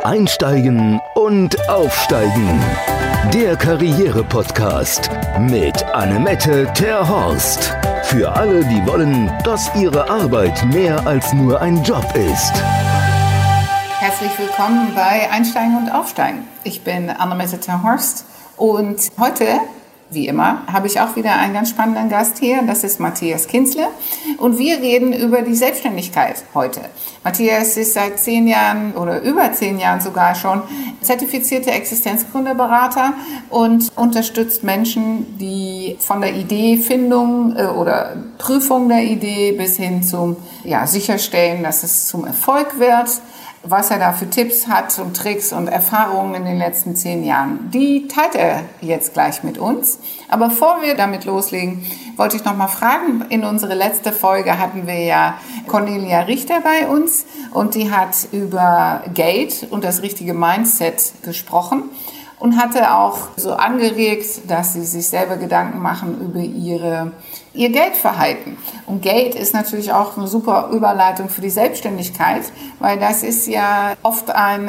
Einsteigen und Aufsteigen. Der Karriere-Podcast mit Annemette Terhorst. Für alle, die wollen, dass ihre Arbeit mehr als nur ein Job ist. Herzlich willkommen bei Einsteigen und Aufsteigen. Ich bin Annemette Terhorst und heute, wie immer, habe ich auch wieder einen ganz spannenden Gast hier. Das ist Matthias Kinzle und wir reden über die Selbstständigkeit heute. Matthias ist seit 10 Jahren oder über 10 Jahren sogar schon zertifizierter Existenzgründerberater und unterstützt Menschen, die von der Ideefindung oder Prüfung der Idee bis hin zum Sicherstellen, dass es zum Erfolg wird. Was er da für Tipps hat und Tricks und Erfahrungen in den letzten 10 Jahren, die teilt er jetzt gleich mit uns. Aber bevor wir damit loslegen, wollte ich noch mal fragen, in unsere letzte Folge hatten wir ja Cornelia Richter bei uns und die hat über Geld und das richtige Mindset gesprochen und hatte auch so angeregt, dass sie sich selber Gedanken machen über ihr Geldverhalten. Und Geld ist natürlich auch eine super Überleitung für die Selbstständigkeit, weil das ist ja oft ein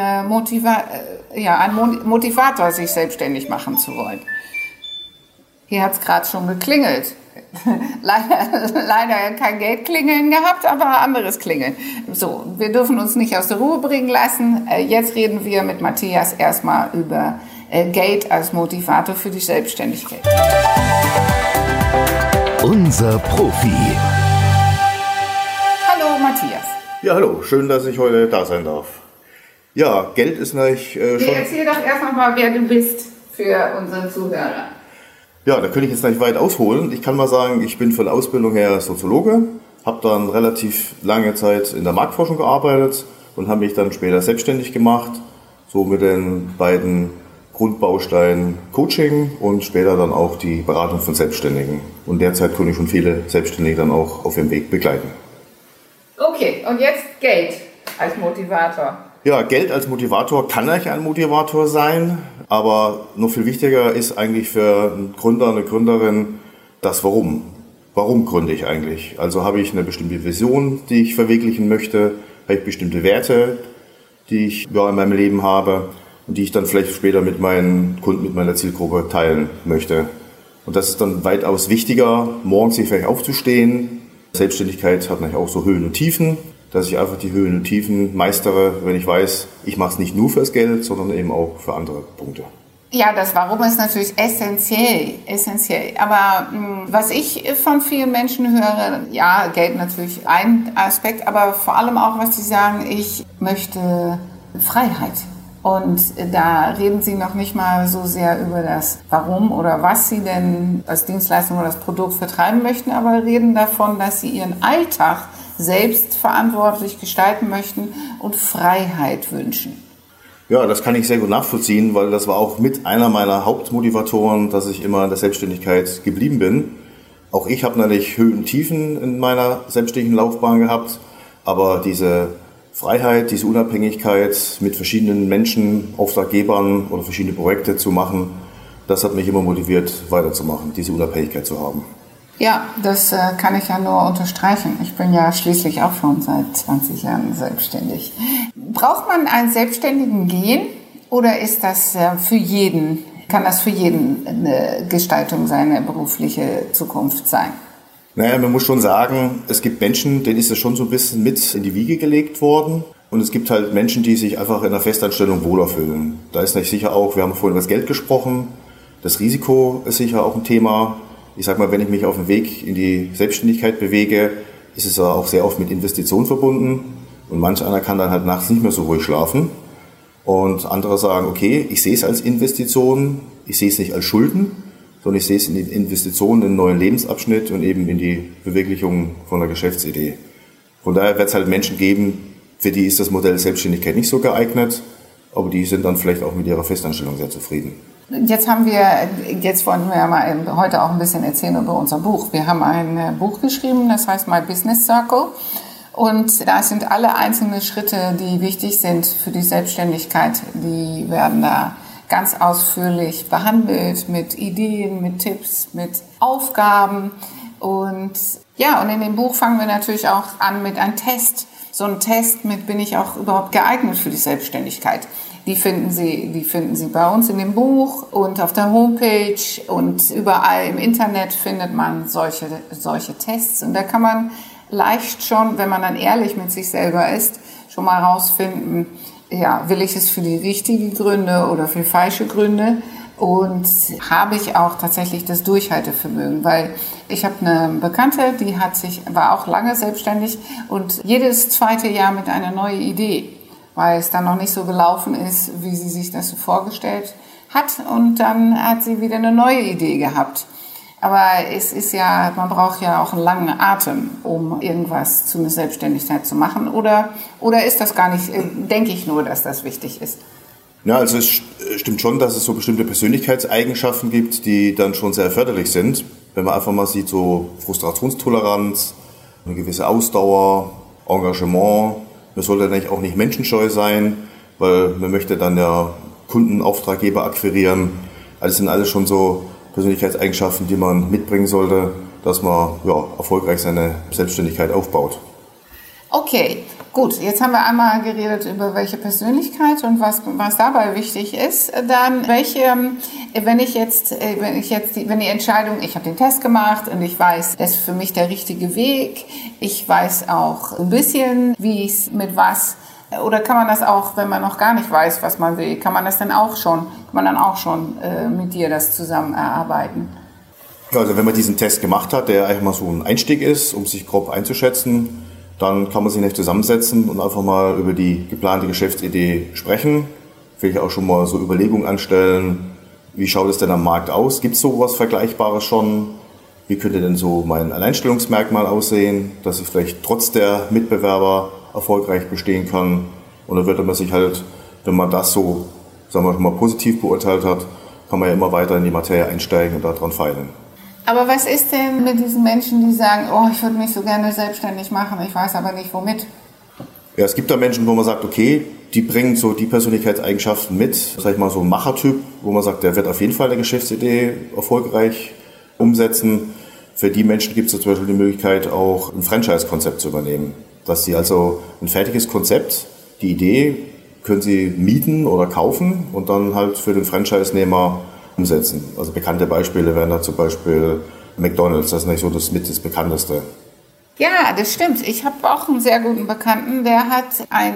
Motivator, sich selbstständig machen zu wollen. Hier hat es gerade schon geklingelt. Leider kein Geldklingeln gehabt, aber anderes Klingeln. So, wir dürfen uns nicht aus der Ruhe bringen lassen. Jetzt reden wir mit Matthias erstmal über Geld als Motivator für die Selbstständigkeit. Unser Profi. Hallo Matthias. Ja, hallo. Schön, dass ich heute da sein darf. Ja, Geld ist natürlich schon... Erzähl doch erst noch mal, wer du bist für unsere Zuhörer. Ja, da könnte ich jetzt nicht weit ausholen. Ich kann mal sagen, ich bin von der Ausbildung her Soziologe, habe dann relativ lange Zeit in der Marktforschung gearbeitet und habe mich dann später selbstständig gemacht, so mit den beiden Grundbausteinen Coaching und später dann auch die Beratung von Selbstständigen. Und derzeit konnte ich schon viele Selbstständige dann auch auf ihrem Weg begleiten. Okay, und jetzt Geld als Motivator. Ja, Geld als Motivator kann eigentlich ein Motivator sein, aber noch viel wichtiger ist eigentlich für einen Gründer, eine Gründerin das Warum. Warum gründe ich eigentlich? Also habe ich eine bestimmte Vision, die ich verwirklichen möchte, habe ich bestimmte Werte, die ich in meinem Leben habe und die ich dann vielleicht später mit meinen Kunden, mit meiner Zielgruppe teilen möchte. Und das ist dann weitaus wichtiger, morgens sich vielleicht aufzustehen. Selbstständigkeit hat natürlich auch so Höhen und Tiefen, dass ich einfach die Höhen und Tiefen meistere, wenn ich weiß, ich mache es nicht nur fürs Geld, sondern eben auch für andere Punkte. Ja, das Warum ist natürlich essentiell. Aber was ich von vielen Menschen höre, ja, Geld natürlich ein Aspekt, aber vor allem auch, was sie sagen, ich möchte Freiheit. Und da reden sie noch nicht mal so sehr über das Warum oder was sie denn als Dienstleistung oder das Produkt vertreiben möchten, aber reden davon, dass sie ihren Alltag selbst verantwortlich gestalten möchten und Freiheit wünschen. Ja, das kann ich sehr gut nachvollziehen, weil das war auch mit einer meiner Hauptmotivatoren, dass ich immer in der Selbstständigkeit geblieben bin. Auch ich habe natürlich Höhen und Tiefen in meiner selbstständigen Laufbahn gehabt, aber diese Freiheit, diese Unabhängigkeit mit verschiedenen Menschen, Auftraggebern oder verschiedene Projekte zu machen, das hat mich immer motiviert, weiterzumachen, diese Unabhängigkeit zu haben. Ja, das kann ich ja nur unterstreichen. Ich bin ja schließlich auch schon seit 20 Jahren selbstständig. Braucht man einen selbstständigen Gen oder ist das kann das für jeden eine Gestaltung seiner beruflichen Zukunft sein? Naja, man muss schon sagen, es gibt Menschen, denen ist es schon so ein bisschen mit in die Wiege gelegt worden. Und es gibt halt Menschen, die sich einfach in einer Festanstellung wohler fühlen. Da ist nicht sicher auch, wir haben vorhin über das Geld gesprochen, das Risiko ist sicher auch ein Thema. Ich sag mal, wenn ich mich auf dem Weg in die Selbstständigkeit bewege, ist es auch sehr oft mit Investitionen verbunden. Und manch einer kann dann halt nachts nicht mehr so ruhig schlafen. Und andere sagen, okay, ich sehe es als Investition, ich sehe es nicht als Schulden, sondern ich sehe es in die Investitionen in einen neuen Lebensabschnitt und eben in die Verwirklichung von einer Geschäftsidee. Von daher wird es halt Menschen geben, für die ist das Modell Selbstständigkeit nicht so geeignet, aber die sind dann vielleicht auch mit ihrer Festanstellung sehr zufrieden. Jetzt wollen wir mal heute auch ein bisschen erzählen über unser Buch. Wir haben ein Buch geschrieben, das heißt My Business Circle. Und da sind alle einzelnen Schritte, die wichtig sind für die Selbstständigkeit, die werden da ganz ausführlich behandelt mit Ideen, mit Tipps, mit Aufgaben. Und in dem Buch fangen wir natürlich auch an mit einem Test. so einen Test mit, bin ich auch überhaupt geeignet für die Selbstständigkeit. Die finden Sie bei uns in dem Buch und auf der Homepage und überall im Internet findet man solche Tests. Und da kann man leicht schon, wenn man dann ehrlich mit sich selber ist, schon mal rausfinden, ja, will ich es für die richtigen Gründe oder für falsche Gründe? Und habe ich auch tatsächlich das Durchhaltevermögen, weil ich habe eine Bekannte, die war auch lange selbstständig und jedes zweite Jahr mit einer neuen Idee, weil es dann noch nicht so gelaufen ist, wie sie sich das so vorgestellt hat, und dann hat sie wieder eine neue Idee gehabt. Aber es ist ja, man braucht ja auch einen langen Atem, um irgendwas zu einer Selbstständigkeit zu machen, oder ist das gar nicht, denke ich nur, dass das wichtig ist? Ja, also es stimmt schon, dass es so bestimmte Persönlichkeitseigenschaften gibt, die dann schon sehr förderlich sind. Wenn man einfach mal sieht, so Frustrationstoleranz, eine gewisse Ausdauer, Engagement. Man sollte eigentlich auch nicht menschenscheu sein, weil man möchte dann ja Kunden, Auftraggeber akquirieren. Also das sind alles schon so Persönlichkeitseigenschaften, die man mitbringen sollte, dass man erfolgreich seine Selbstständigkeit aufbaut. Okay, gut. Jetzt haben wir einmal geredet über welche Persönlichkeit und was dabei wichtig ist. Dann wenn die Entscheidung, ich habe den Test gemacht und ich weiß, das ist für mich der richtige Weg. Ich weiß auch ein bisschen, wie es mit was. Oder kann man das auch, wenn man noch gar nicht weiß, was man will, kann man dann auch schon mit dir das zusammen erarbeiten? Also wenn man diesen Test gemacht hat, der eigentlich mal so ein Einstieg ist, um sich grob einzuschätzen, dann kann man sich nicht zusammensetzen und einfach mal über die geplante Geschäftsidee sprechen. Vielleicht auch schon mal so Überlegungen anstellen, wie schaut es denn am Markt aus? Gibt es sowas Vergleichbares schon? Wie könnte denn so mein Alleinstellungsmerkmal aussehen, dass ich vielleicht trotz der Mitbewerber erfolgreich bestehen kann? Und dann würde man sich halt, wenn man das so, sagen wir mal, positiv beurteilt hat, kann man ja immer weiter in die Materie einsteigen und daran feilen. Aber was ist denn mit diesen Menschen, die sagen, ich würde mich so gerne selbstständig machen, ich weiß aber nicht womit? Ja, es gibt da Menschen, wo man sagt, okay, die bringen so die Persönlichkeitseigenschaften mit, sag ich mal so ein Machertyp, wo man sagt, der wird auf jeden Fall eine Geschäftsidee erfolgreich umsetzen. Für die Menschen gibt es zum Beispiel die Möglichkeit, auch ein Franchise-Konzept zu übernehmen. Dass sie also ein fertiges Konzept, die Idee, können sie mieten oder kaufen und dann halt für den Franchise-Nehmer umsetzen. Also bekannte Beispiele wären da zum Beispiel McDonald's, das ist nicht so das bekannteste. Ja, das stimmt. Ich habe auch einen sehr guten Bekannten, der hat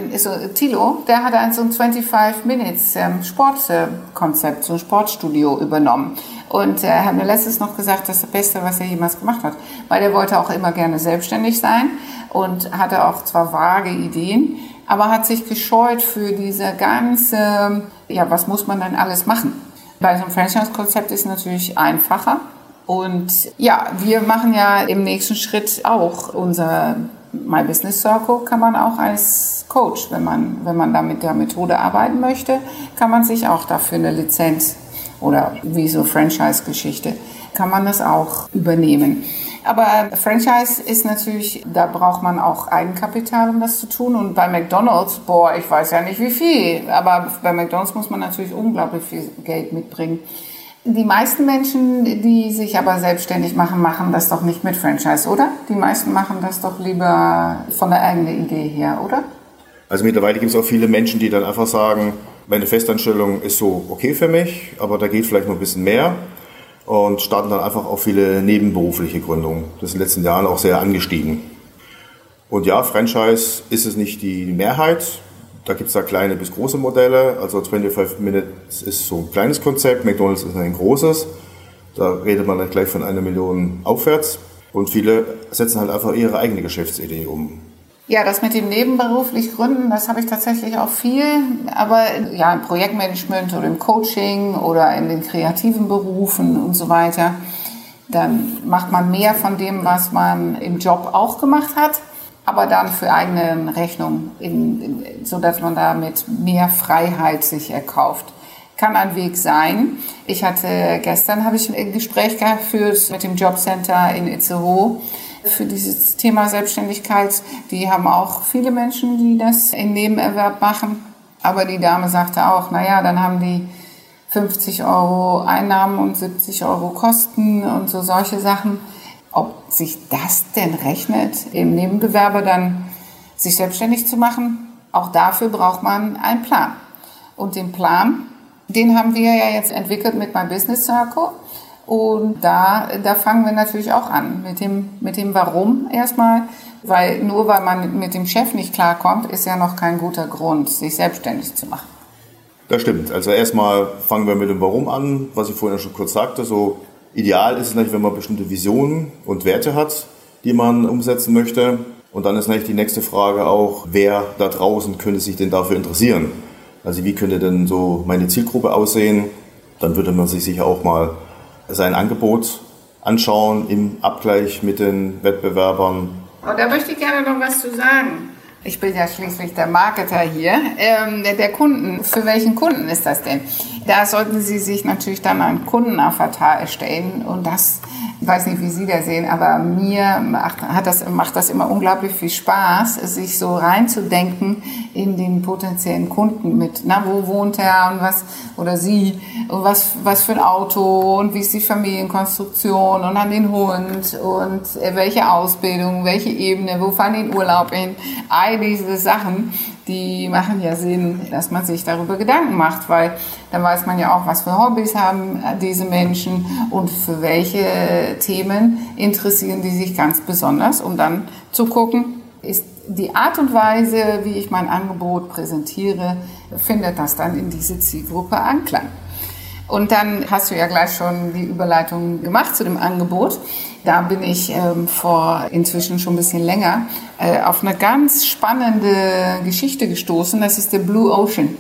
Thilo, der hat so ein 25 Minutes Sportkonzept, so ein Sportstudio übernommen. Und er hat mir letztens noch gesagt, das ist das Beste, was er jemals gemacht hat. Weil er wollte auch immer gerne selbstständig sein und hatte auch zwar vage Ideen, aber hat sich gescheut für diese ganze, was muss man denn alles machen? Bei so einem Franchise-Konzept ist es natürlich einfacher. Und ja, wir machen ja im nächsten Schritt auch unser My Business Circle, kann man auch als Coach, wenn man da mit der Methode arbeiten möchte, kann man sich auch dafür eine Lizenz oder wie so Franchise-Geschichte, kann man das auch übernehmen. Aber Franchise ist natürlich, da braucht man auch Eigenkapital, um das zu tun. Und bei McDonald's, ich weiß ja nicht wie viel, aber bei McDonald's muss man natürlich unglaublich viel Geld mitbringen. Die meisten Menschen, die sich aber selbstständig machen, machen das doch nicht mit Franchise, oder? Die meisten machen das doch lieber von der eigenen Idee her, oder? Also mittlerweile gibt es auch viele Menschen, die dann einfach sagen, meine Festanstellung ist so okay für mich, aber da geht vielleicht noch ein bisschen mehr. Und starten dann einfach auch viele nebenberufliche Gründungen. Das ist in den letzten Jahren auch sehr angestiegen. Und ja, Franchise ist es nicht die Mehrheit. Da gibt es da kleine bis große Modelle. Also 25 Minutes ist so ein kleines Konzept, McDonald's ist ein großes. Da redet man dann gleich von 1 Million aufwärts. Und viele setzen halt einfach ihre eigene Geschäftsidee um. Ja, das mit dem nebenberuflich Gründen, das habe ich tatsächlich auch viel. Aber ja, im Projektmanagement oder im Coaching oder in den kreativen Berufen und so weiter, dann macht man mehr von dem, was man im Job auch gemacht hat, aber dann für eigene Rechnung, sodass man damit mehr Freiheit sich erkauft. Kann ein Weg sein. Gestern habe ich ein Gespräch geführt mit dem Jobcenter in Itzehoe für dieses Thema Selbstständigkeit. Die haben auch viele Menschen, die das in Nebenerwerb machen. Aber die Dame sagte auch, dann haben die 50 € Einnahmen und 70 € Kosten und solche Sachen. Ob sich das denn rechnet, im Nebengewerbe dann sich selbstständig zu machen, auch dafür braucht man einen Plan. Und den Plan, den haben wir ja jetzt entwickelt mit My Business Circle. Und da fangen wir natürlich auch an mit dem Warum erstmal. Weil nur weil man mit dem Chef nicht klarkommt, ist ja noch kein guter Grund, sich selbstständig zu machen. Das stimmt. Also erstmal fangen wir mit dem Warum an, was ich vorhin schon kurz sagte. So ideal ist es natürlich, wenn man bestimmte Visionen und Werte hat, die man umsetzen möchte. Und dann ist natürlich die nächste Frage auch, wer da draußen könnte sich denn dafür interessieren? Also wie könnte denn so meine Zielgruppe aussehen? Dann würde man sich sicher auch mal sein Angebot anschauen im Abgleich mit den Wettbewerbern. Und da möchte ich gerne noch was zu sagen. Ich bin ja schließlich der Marketer hier. Der Kunden, für welchen Kunden ist das denn? Da sollten Sie sich natürlich dann einen Kundenavatar erstellen und das, ich weiß nicht, wie Sie das sehen, aber mir macht das immer unglaublich viel Spaß, sich so reinzudenken in den potenziellen Kunden mit, wo wohnt er und was, oder sie, und was für ein Auto und wie ist die Familienkonstruktion und an den Hund und welche Ausbildung, welche Ebene, wo fahren die in Urlaub hin, all diese Sachen, die machen ja Sinn, dass man sich darüber Gedanken macht, weil dann weiß man ja auch, was für Hobbys haben diese Menschen und für welche Themen interessieren die sich ganz besonders, um dann zu gucken, ist die Art und Weise, wie ich mein Angebot präsentiere, findet das dann in diese Zielgruppe Anklang. Und dann hast du ja gleich schon die Überleitung gemacht zu dem Angebot. Da bin ich vor inzwischen schon ein bisschen länger auf eine ganz spannende Geschichte gestoßen. Das ist der Blue Ocean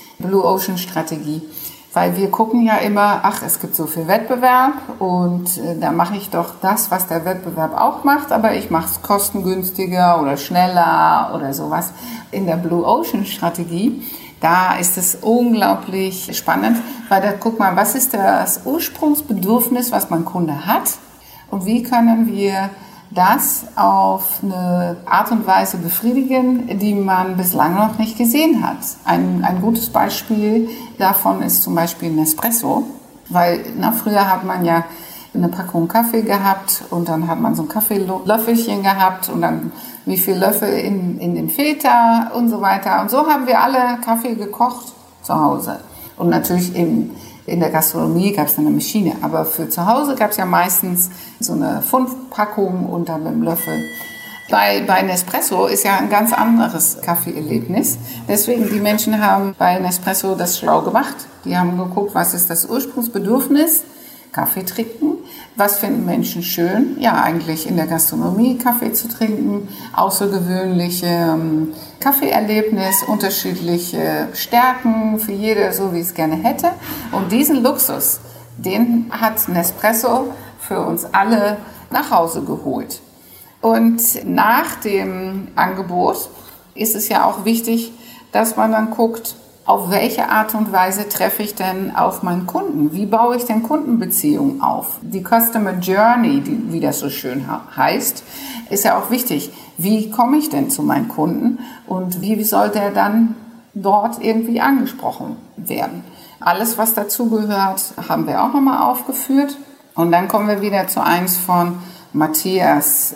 Strategie. Weil wir gucken ja immer, es gibt so viel Wettbewerb und da mache ich doch das, was der Wettbewerb auch macht, aber ich mache es kostengünstiger oder schneller oder sowas. In der Blue Ocean Strategie, da ist es unglaublich spannend, weil da guck mal, was ist das Ursprungsbedürfnis, was mein Kunde hat und wie können wir das auf eine Art und Weise befriedigen, die man bislang noch nicht gesehen hat. Ein gutes Beispiel davon ist zum Beispiel Nespresso, weil früher hat man ja eine Packung Kaffee gehabt und dann hat man so ein Kaffeelöffelchen gehabt und dann wie viel Löffel in dem Filter und so weiter. Und so haben wir alle Kaffee gekocht zu Hause. Und natürlich in der Gastronomie gab es eine Maschine, aber für zu Hause gab es ja meistens so eine Pfundpackung und dann mit dem Löffel. Bei Nespresso ist ja ein ganz anderes Kaffeeerlebnis. Deswegen, die Menschen haben bei Nespresso das schlau gemacht. Die haben geguckt, was ist das Ursprungsbedürfnis? Kaffee trinken. Was finden Menschen schön? Ja, eigentlich in der Gastronomie Kaffee zu trinken. Außergewöhnliche Kaffeeerlebnis, unterschiedliche Stärken für jeder, so wie es gerne hätte. Und diesen Luxus, den hat Nespresso für uns alle nach Hause geholt. Und nach dem Angebot ist es ja auch wichtig, dass man dann guckt, auf welche Art und Weise treffe ich denn auf meinen Kunden? Wie baue ich denn Kundenbeziehungen auf? Die Customer Journey, wie das so schön heißt, ist ja auch wichtig. Wie komme ich denn zu meinen Kunden und wie soll der dann dort irgendwie angesprochen werden? Alles, was dazugehört, haben wir auch nochmal aufgeführt. Und dann kommen wir wieder zu eins von Matthias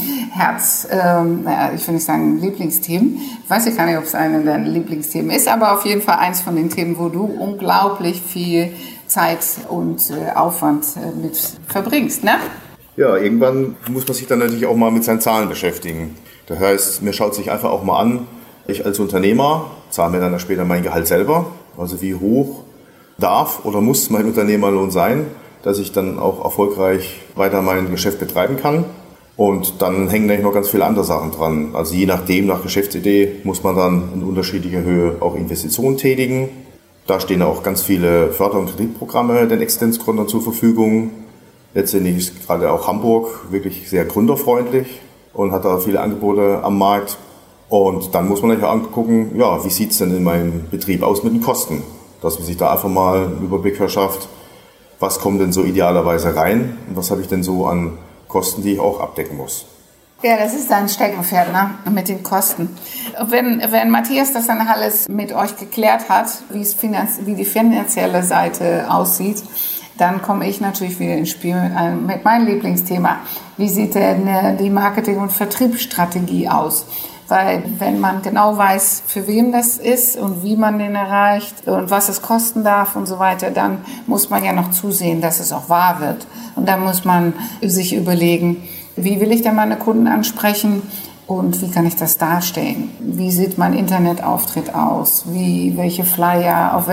ich will nicht sagen Lieblingsthemen. Ich weiß ja gar nicht, ob es eine deiner Lieblingsthemen ist, aber auf jeden Fall eins von den Themen, wo du unglaublich viel Zeit und Aufwand mit verbringst, ne? Ja, irgendwann muss man sich dann natürlich auch mal mit seinen Zahlen beschäftigen. Das heißt, mir schaut sich einfach auch mal an, ich als Unternehmer zahle mir dann später mein Gehalt selber. Also wie hoch darf oder muss mein Unternehmerlohn sein, dass ich dann auch erfolgreich weiter mein Geschäft betreiben kann. Und dann hängen natürlich noch ganz viele andere Sachen dran. Also je nachdem, nach Geschäftsidee, muss man dann in unterschiedlicher Höhe auch Investitionen tätigen. Da stehen auch ganz viele Förder- und Kreditprogramme den Existenzgründern zur Verfügung. Letztendlich ist gerade auch Hamburg wirklich sehr gründerfreundlich und hat da viele Angebote am Markt. Und dann muss man sich auch angucken, ja, wie sieht es denn in meinem Betrieb aus mit den Kosten? Dass man sich da einfach mal einen Überblick verschafft, was kommt denn so idealerweise rein und was habe ich denn so an Kosten, die ich auch abdecken muss. Ja, das ist ein Steckenpferd, ne? Mit den Kosten. Wenn Matthias das dann alles mit euch geklärt hat, wie die finanzielle Seite aussieht, dann komme ich natürlich wieder ins Spiel mit meinem Lieblingsthema. Wie sieht denn die Marketing- und Vertriebsstrategie aus? Weil wenn man genau weiß, für wen das ist und wie man den erreicht und was es kosten darf und so weiter, dann muss man ja noch zusehen, dass es auch wahr wird. Und dann muss man sich überlegen, wie will ich denn meine Kunden ansprechen und wie kann ich das darstellen? Wie sieht mein Internetauftritt aus? Welche Flyer, auf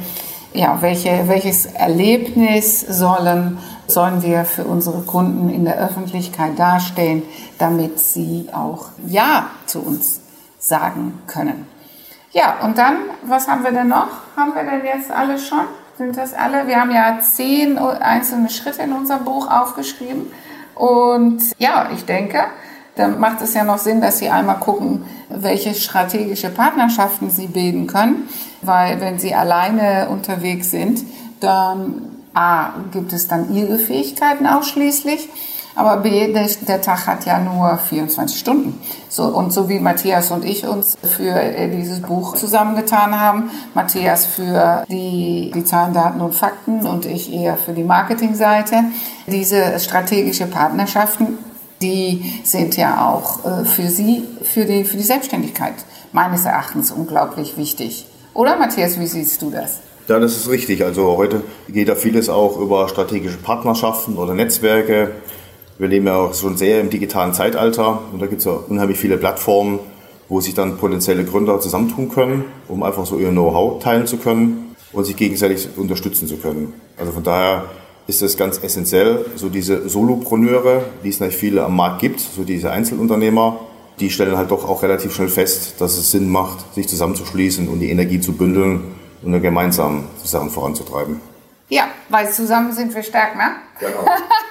welches Erlebnis sollen wir für unsere Kunden in der Öffentlichkeit darstellen, damit sie auch Ja zu uns sagen können. Ja, und dann, was haben wir denn noch? Haben wir denn jetzt alle schon? Sind das alle? Wir haben ja 10 einzelne Schritte in unserem Buch aufgeschrieben. Und ja, ich denke, dann macht es ja noch Sinn, dass Sie einmal gucken, welche strategische Partnerschaften Sie bilden können. Weil wenn Sie alleine unterwegs sind, dann A, gibt es dann Ihre Fähigkeiten ausschließlich, aber B, der Tag hat ja nur 24 Stunden. So wie Matthias und ich uns für dieses Buch zusammengetan haben, Matthias für die Zahlen, Daten und Fakten und ich eher für die Marketingseite, diese strategische Partnerschaften, die sind ja auch für Sie, für die Selbstständigkeit meines Erachtens unglaublich wichtig. Oder Matthias, wie siehst du das? Ja, das ist richtig. Also heute geht ja vieles auch über strategische Partnerschaften oder Netzwerke. Wir leben ja auch schon sehr im digitalen Zeitalter und da gibt es ja unheimlich viele Plattformen, wo sich dann potenzielle Gründer zusammentun können, um einfach so ihr Know-how teilen zu können und sich gegenseitig unterstützen zu können. Also von daher ist es ganz essentiell, so diese Solopreneure, die es natürlich viele am Markt gibt, so diese Einzelunternehmer, die stellen halt doch auch relativ schnell fest, dass es Sinn macht, sich zusammenzuschließen und die Energie zu bündeln und dann gemeinsam die Sachen voranzutreiben. Ja, weil zusammen sind wir stark, ne? Genau.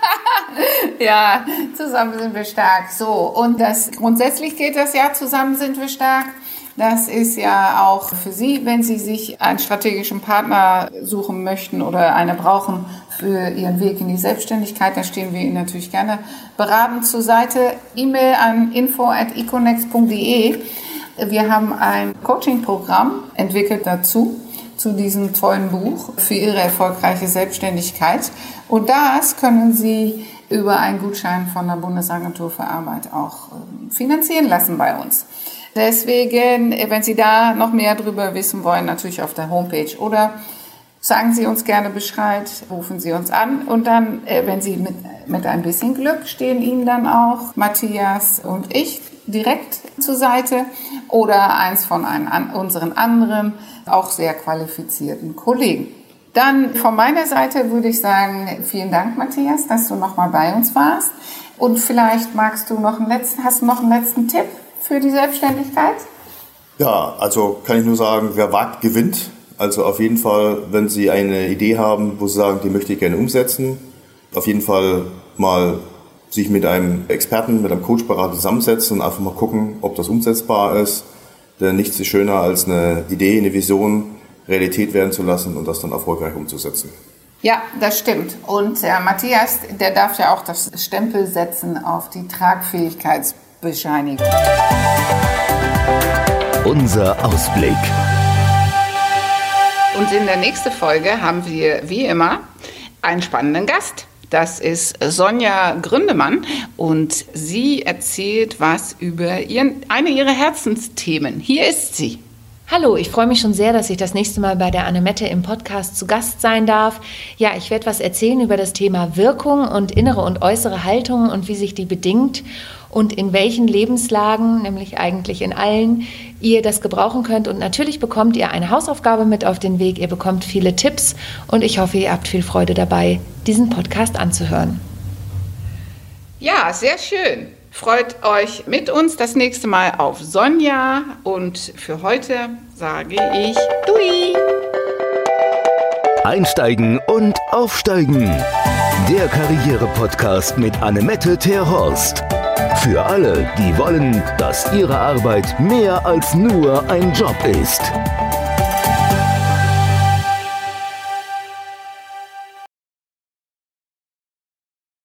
Ja, zusammen sind wir stark. So, und grundsätzlich geht das ja, zusammen sind wir stark. Das ist ja auch für Sie, wenn Sie sich einen strategischen Partner suchen möchten oder eine brauchen für Ihren Weg in die Selbstständigkeit, da stehen wir Ihnen natürlich gerne beratend zur Seite. E-Mail an info@econex.de. Wir haben ein Coaching-Programm entwickelt dazu, zu diesem tollen Buch für Ihre erfolgreiche Selbstständigkeit. Und das können Sie über einen Gutschein von der Bundesagentur für Arbeit auch finanzieren lassen bei uns. Deswegen, wenn Sie da noch mehr drüber wissen wollen, natürlich auf der Homepage oder sagen Sie uns gerne Bescheid, rufen Sie uns an und dann, wenn Sie mit ein bisschen Glück, stehen Ihnen dann auch Matthias und ich direkt zur Seite oder eins von unseren anderen, auch sehr qualifizierten Kollegen. Dann von meiner Seite würde ich sagen, vielen Dank, Matthias, dass du nochmal bei uns warst. Und vielleicht hast du noch einen letzten Tipp für die Selbstständigkeit? Ja, also kann ich nur sagen, wer wagt, gewinnt. Also auf jeden Fall, wenn Sie eine Idee haben, wo Sie sagen, die möchte ich gerne umsetzen, auf jeden Fall mal sich mit einem Experten, mit einem Coach-Berater zusammensetzen und einfach mal gucken, ob das umsetzbar ist. Denn nichts ist schöner als eine Idee, eine Vision Realität werden zu lassen und das dann erfolgreich umzusetzen. Ja, das stimmt. Und Matthias, der darf ja auch das Stempel setzen auf die Tragfähigkeitsbescheinigung. Unser Ausblick. Und in der nächsten Folge haben wir, wie immer, einen spannenden Gast. Das ist Sonja Gründemann und sie erzählt was über eine ihrer Herzensthemen. Hier ist sie. Hallo, ich freue mich schon sehr, dass ich das nächste Mal bei der Annemette im Podcast zu Gast sein darf. Ja, ich werde was erzählen über das Thema Wirkung und innere und äußere Haltung und wie sich die bedingt und in welchen Lebenslagen, nämlich eigentlich in allen, ihr das gebrauchen könnt. Und natürlich bekommt ihr eine Hausaufgabe mit auf den Weg, ihr bekommt viele Tipps und ich hoffe, ihr habt viel Freude dabei, diesen Podcast anzuhören. Ja, sehr schön. Freut euch mit uns das nächste Mal auf Sonja und für heute sage ich Dui! Einsteigen und aufsteigen. Der Karriere-Podcast mit Annemette Terhorst. Für alle, die wollen, dass ihre Arbeit mehr als nur ein Job ist.